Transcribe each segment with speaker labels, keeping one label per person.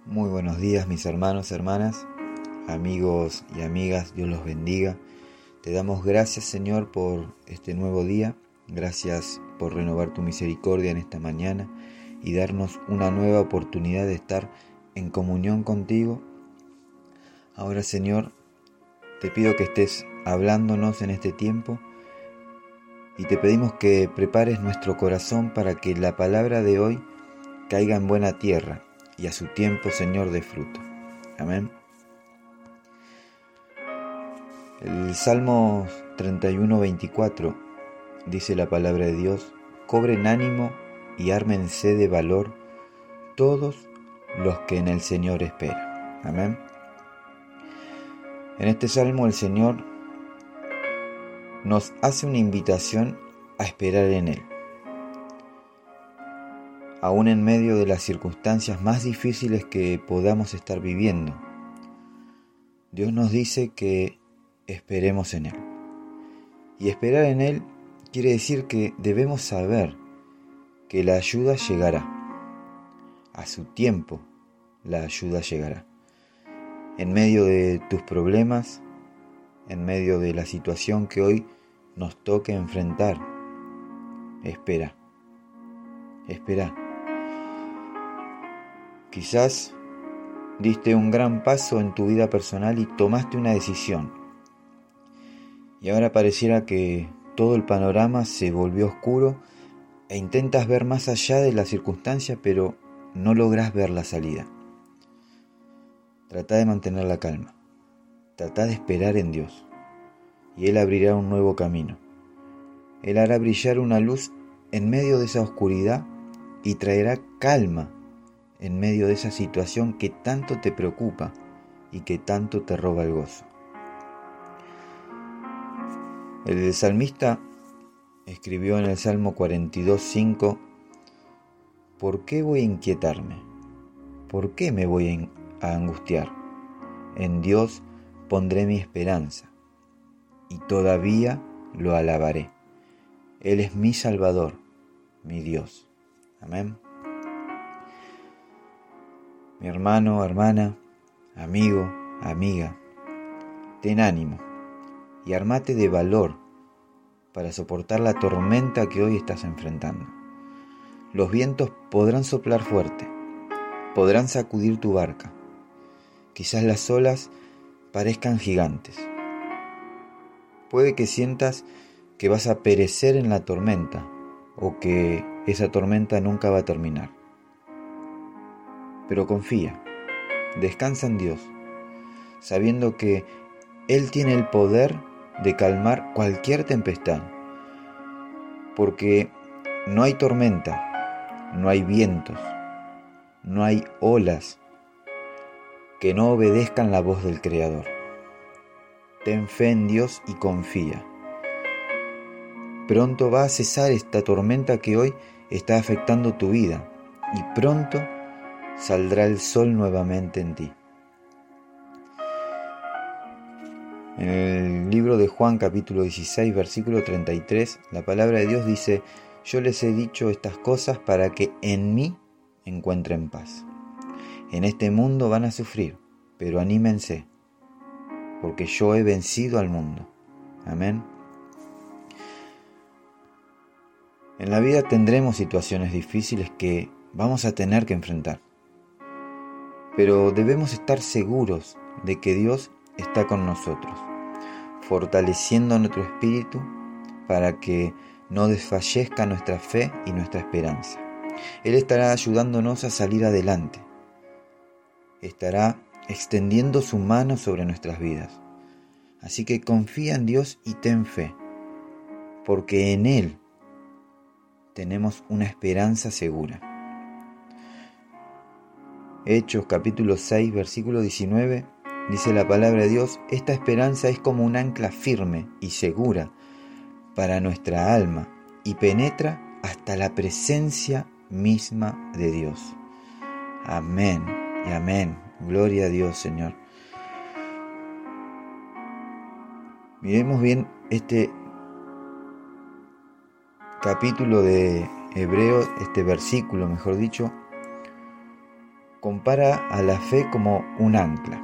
Speaker 1: Muy buenos días mis hermanos, hermanas, amigos y amigas, Dios los bendiga. Te damos gracias, Señor, por este nuevo día. Gracias por renovar tu misericordia en esta mañana y darnos una nueva oportunidad de estar en comunión contigo. Ahora, Señor, te pido que estés hablándonos en este tiempo y te pedimos que prepares nuestro corazón para que la palabra de hoy caiga en buena tierra y a su tiempo, Señor, dé fruto. Amén. El Salmo 31:24 dice la palabra de Dios: cobren ánimo y ármense de valor todos los que en el Señor esperan. Amén. En este salmo el Señor nos hace una invitación a esperar en Él. Aún en medio de las circunstancias más difíciles que podamos estar viviendo, Dios nos dice que esperemos en Él. Y esperar en Él quiere decir que debemos saber que la ayuda llegará. A su tiempo la ayuda llegará. En medio de tus problemas, en medio de la situación que hoy nos toque enfrentar, espera. Espera. Quizás diste un gran paso en tu vida personal y tomaste una decisión. Y ahora pareciera que todo el panorama se volvió oscuro e intentas ver más allá de la circunstancia, pero no lográs ver la salida. Trata de mantener la calma. Trata de esperar en Dios. Y Él abrirá un nuevo camino. Él hará brillar una luz en medio de esa oscuridad y traerá calma en medio de esa situación que tanto te preocupa y que tanto te roba el gozo. El salmista escribió en el Salmo 42:5: ¿por qué voy a inquietarme? ¿Por qué me voy a angustiar? En Dios pondré mi esperanza y todavía lo alabaré. Él es mi Salvador, mi Dios. Amén. Mi hermano, hermana, amigo, amiga, ten ánimo y armate de valor para soportar la tormenta que hoy estás enfrentando. Los vientos podrán soplar fuerte, podrán sacudir tu barca. Quizás las olas parezcan gigantes. Puede que sientas que vas a perecer en la tormenta o que esa tormenta nunca va a terminar. Pero confía, descansa en Dios, sabiendo que Él tiene el poder de calmar cualquier tempestad, porque no hay tormenta, no hay vientos, no hay olas que no obedezcan la voz del Creador. Ten fe en Dios y confía. Pronto va a cesar esta tormenta que hoy está afectando tu vida y pronto saldrá el sol nuevamente en ti. En el libro de Juan capítulo 16 versículo 33, la palabra de Dios dice: yo les he dicho estas cosas para que en mí encuentren paz. En este mundo van a sufrir, pero anímense, porque yo he vencido al mundo. Amén. En la vida tendremos situaciones difíciles que vamos a tener que enfrentar. Pero debemos estar seguros de que Dios está con nosotros, fortaleciendo nuestro espíritu para que no desfallezca nuestra fe y nuestra esperanza. Él estará ayudándonos a salir adelante. Estará extendiendo su mano sobre nuestras vidas. Así que confía en Dios y ten fe, porque en Él tenemos una esperanza segura. Hechos capítulo 6 versículo 19 dice la palabra de Dios: esta esperanza es como un ancla firme y segura para nuestra alma y penetra hasta la presencia misma de Dios. Amén y amén. Gloria a Dios, Señor. Miremos bien este capítulo de Hebreos, este versículo, mejor dicho, compara a la fe como un ancla.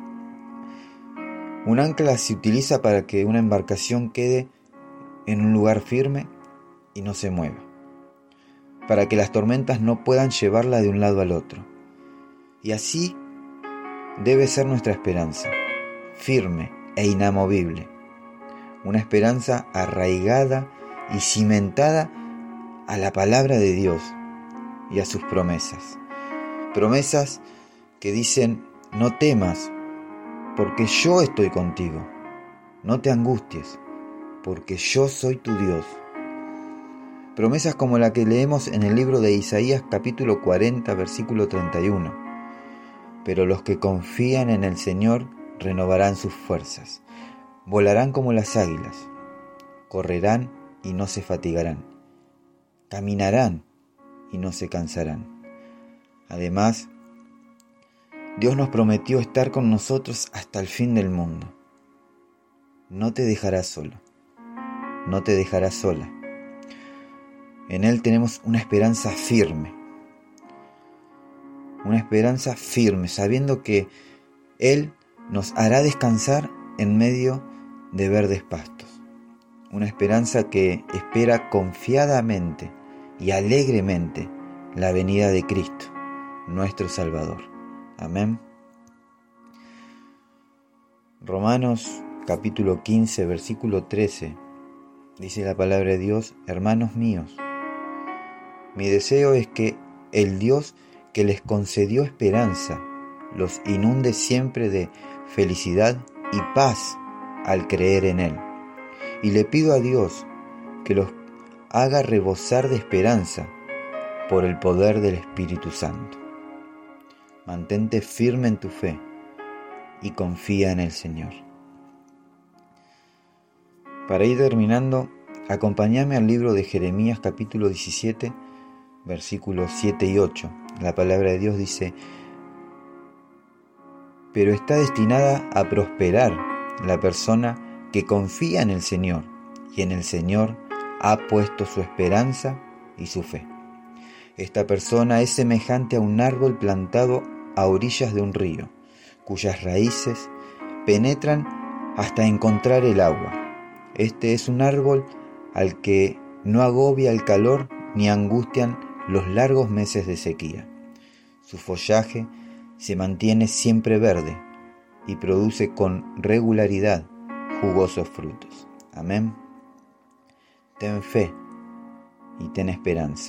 Speaker 1: Un ancla se utiliza para que una embarcación quede en un lugar firme y no se mueva, para que las tormentas no puedan llevarla de un lado al otro. Y así debe ser nuestra esperanza, firme e inamovible. Una esperanza arraigada y cimentada a la palabra de Dios y a sus promesas. Promesas que dicen: no temas, porque yo estoy contigo. No te angusties, porque yo soy tu Dios. Promesas como la que leemos en el libro de Isaías capítulo 40, versículo 31. Pero los que confían en el Señor renovarán sus fuerzas. Volarán como las águilas. Correrán y no se fatigarán. Caminarán y no se cansarán. Además, Dios nos prometió estar con nosotros hasta el fin del mundo. No te dejará solo. No te dejará sola. En Él tenemos una esperanza firme. Una esperanza firme, sabiendo que Él nos hará descansar en medio de verdes pastos. Una esperanza que espera confiadamente y alegremente la venida de Cristo, nuestro Salvador. Amén. Romanos capítulo 15, versículo 13, dice la palabra de Dios: hermanos míos, mi deseo es que el Dios que les concedió esperanza los inunde siempre de felicidad y paz al creer en Él. Y le pido a Dios que los haga rebosar de esperanza por el poder del Espíritu Santo. Mantente firme en tu fe y confía en el Señor. Para ir terminando, acompáñame al libro de Jeremías capítulo 17, versículos 7 y 8. La palabra de Dios dice: pero está destinada a prosperar la persona que confía en el Señor y en el Señor ha puesto su esperanza y su fe. Esta persona es semejante a un árbol plantado a orillas de un río, cuyas raíces penetran hasta encontrar el agua. Este es un árbol al que no agobia el calor ni angustian los largos meses de sequía. Su follaje se mantiene siempre verde y produce con regularidad jugosos frutos. Amén. Ten fe y ten esperanza.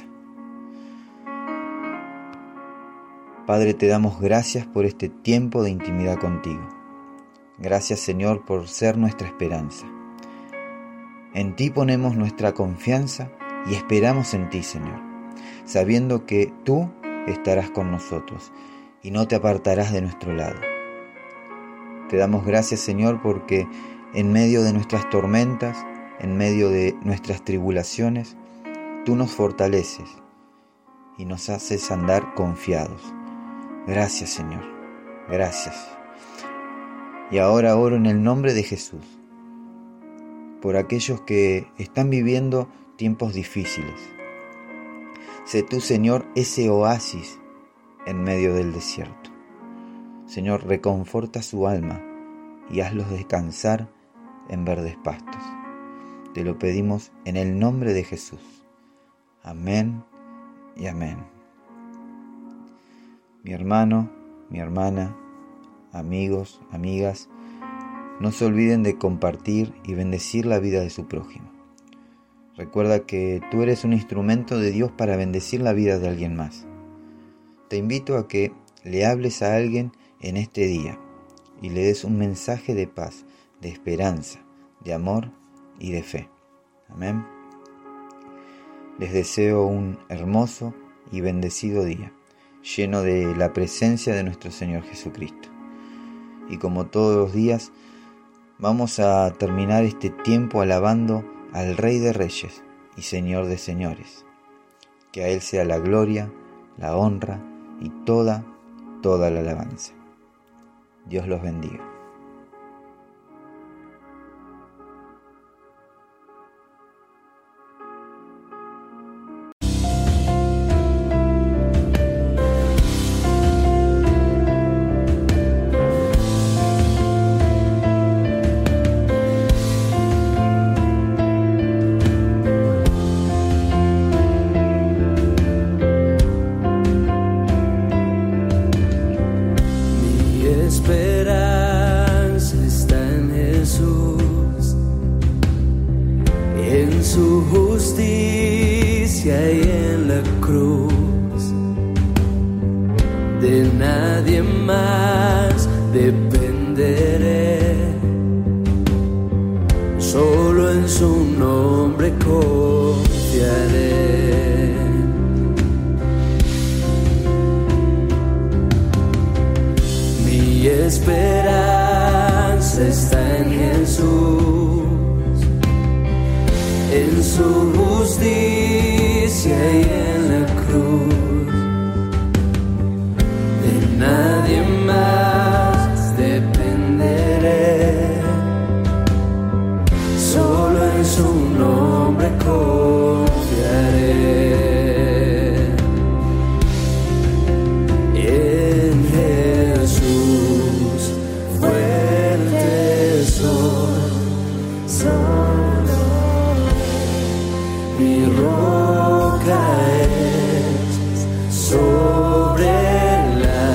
Speaker 1: Padre, te damos gracias por este tiempo de intimidad contigo. Gracias, Señor, por ser nuestra esperanza. En ti ponemos nuestra confianza y esperamos en ti, Señor, sabiendo que tú estarás con nosotros y no te apartarás de nuestro lado. Te damos gracias, Señor, porque en medio de nuestras tormentas, en medio de nuestras tribulaciones, tú nos fortaleces y nos haces andar confiados. Gracias, Señor. Gracias. Y ahora oro en el nombre de Jesús por aquellos que están viviendo tiempos difíciles. Sé tú, Señor, ese oasis en medio del desierto. Señor, reconforta su alma y hazlos descansar en verdes pastos. Te lo pedimos en el nombre de Jesús. Amén y amén. Mi hermano, mi hermana, amigos, amigas, no se olviden de compartir y bendecir la vida de su prójimo. Recuerda que tú eres un instrumento de Dios para bendecir la vida de alguien más. Te invito a que le hables a alguien en este día y le des un mensaje de paz, de esperanza, de amor y de fe. Amén. Les deseo un hermoso y bendecido día, lleno de la presencia de nuestro Señor Jesucristo. Y como todos los días, vamos a terminar este tiempo alabando al Rey de Reyes y Señor de Señores. Que a Él sea la gloria, la honra y toda la alabanza. Dios los bendiga.
Speaker 2: de nadie más dependeré, solo en su nombre confiaré. Mi esperanza está en Jesús, en su justicia y en la cruz. De nadie más dependeré, solo en su nombre confiaré. En Jesús fuerte soy, solo mi roca es sobre la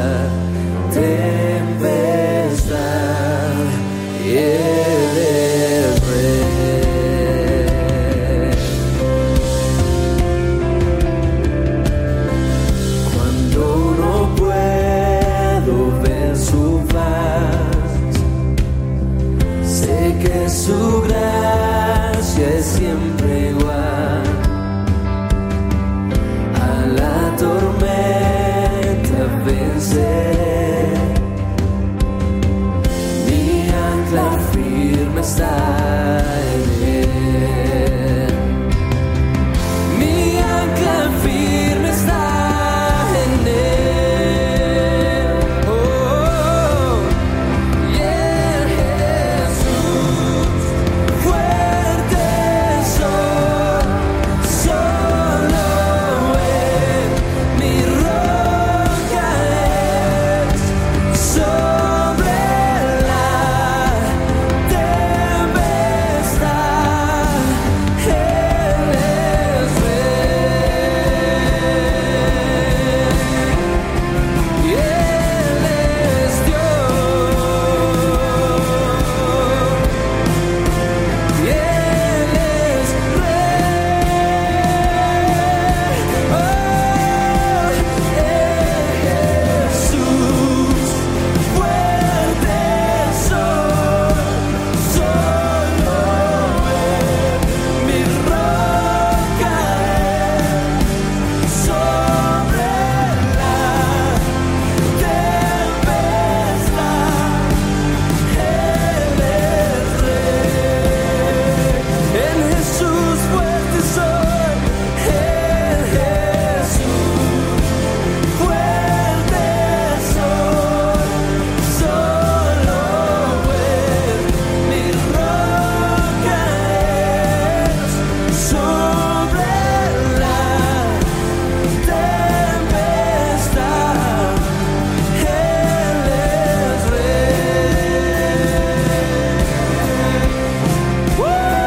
Speaker 2: tempestad, y Él es Rey. Cuando no puedo ver su faz, sé que su gracia es siempre igual. A la tormenta venceré, mi ancla firme está en Él. Mi ancla firme está en Él. Oh, y en Jesús fuerte soy, solo Él mi roca es, sobre la tempestad Él es Rey, y Él es Dios, y Él es Rey. Oh, Jesús fuerte soy, solo Él mi roca es, sobre la tempestad Él es Rey. En Jesús fuerte soy, en Jesús fuerte soy, solo Él mi roca es, sobre la tempestad Él es Rey.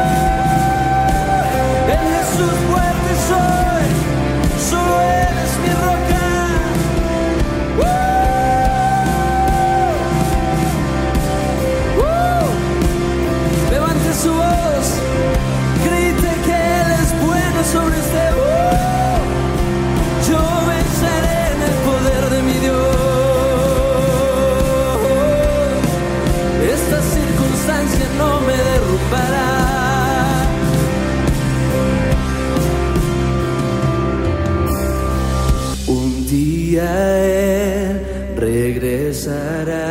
Speaker 2: En Jesús fuerte soy, solo Él es mi roca. Levante su voz, grite que Él es bueno sobre usted. Yo venceré en el poder de mi Dios. Esta circunstancia no me derrumbará. Un día Él regresará,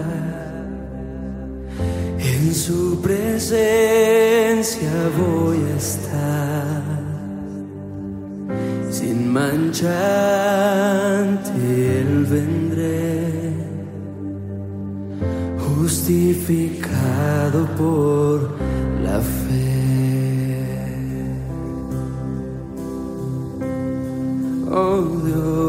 Speaker 2: en su presencia voy a estar, sin mancha ante Él vendré, justificado por la fe. Oh Dios.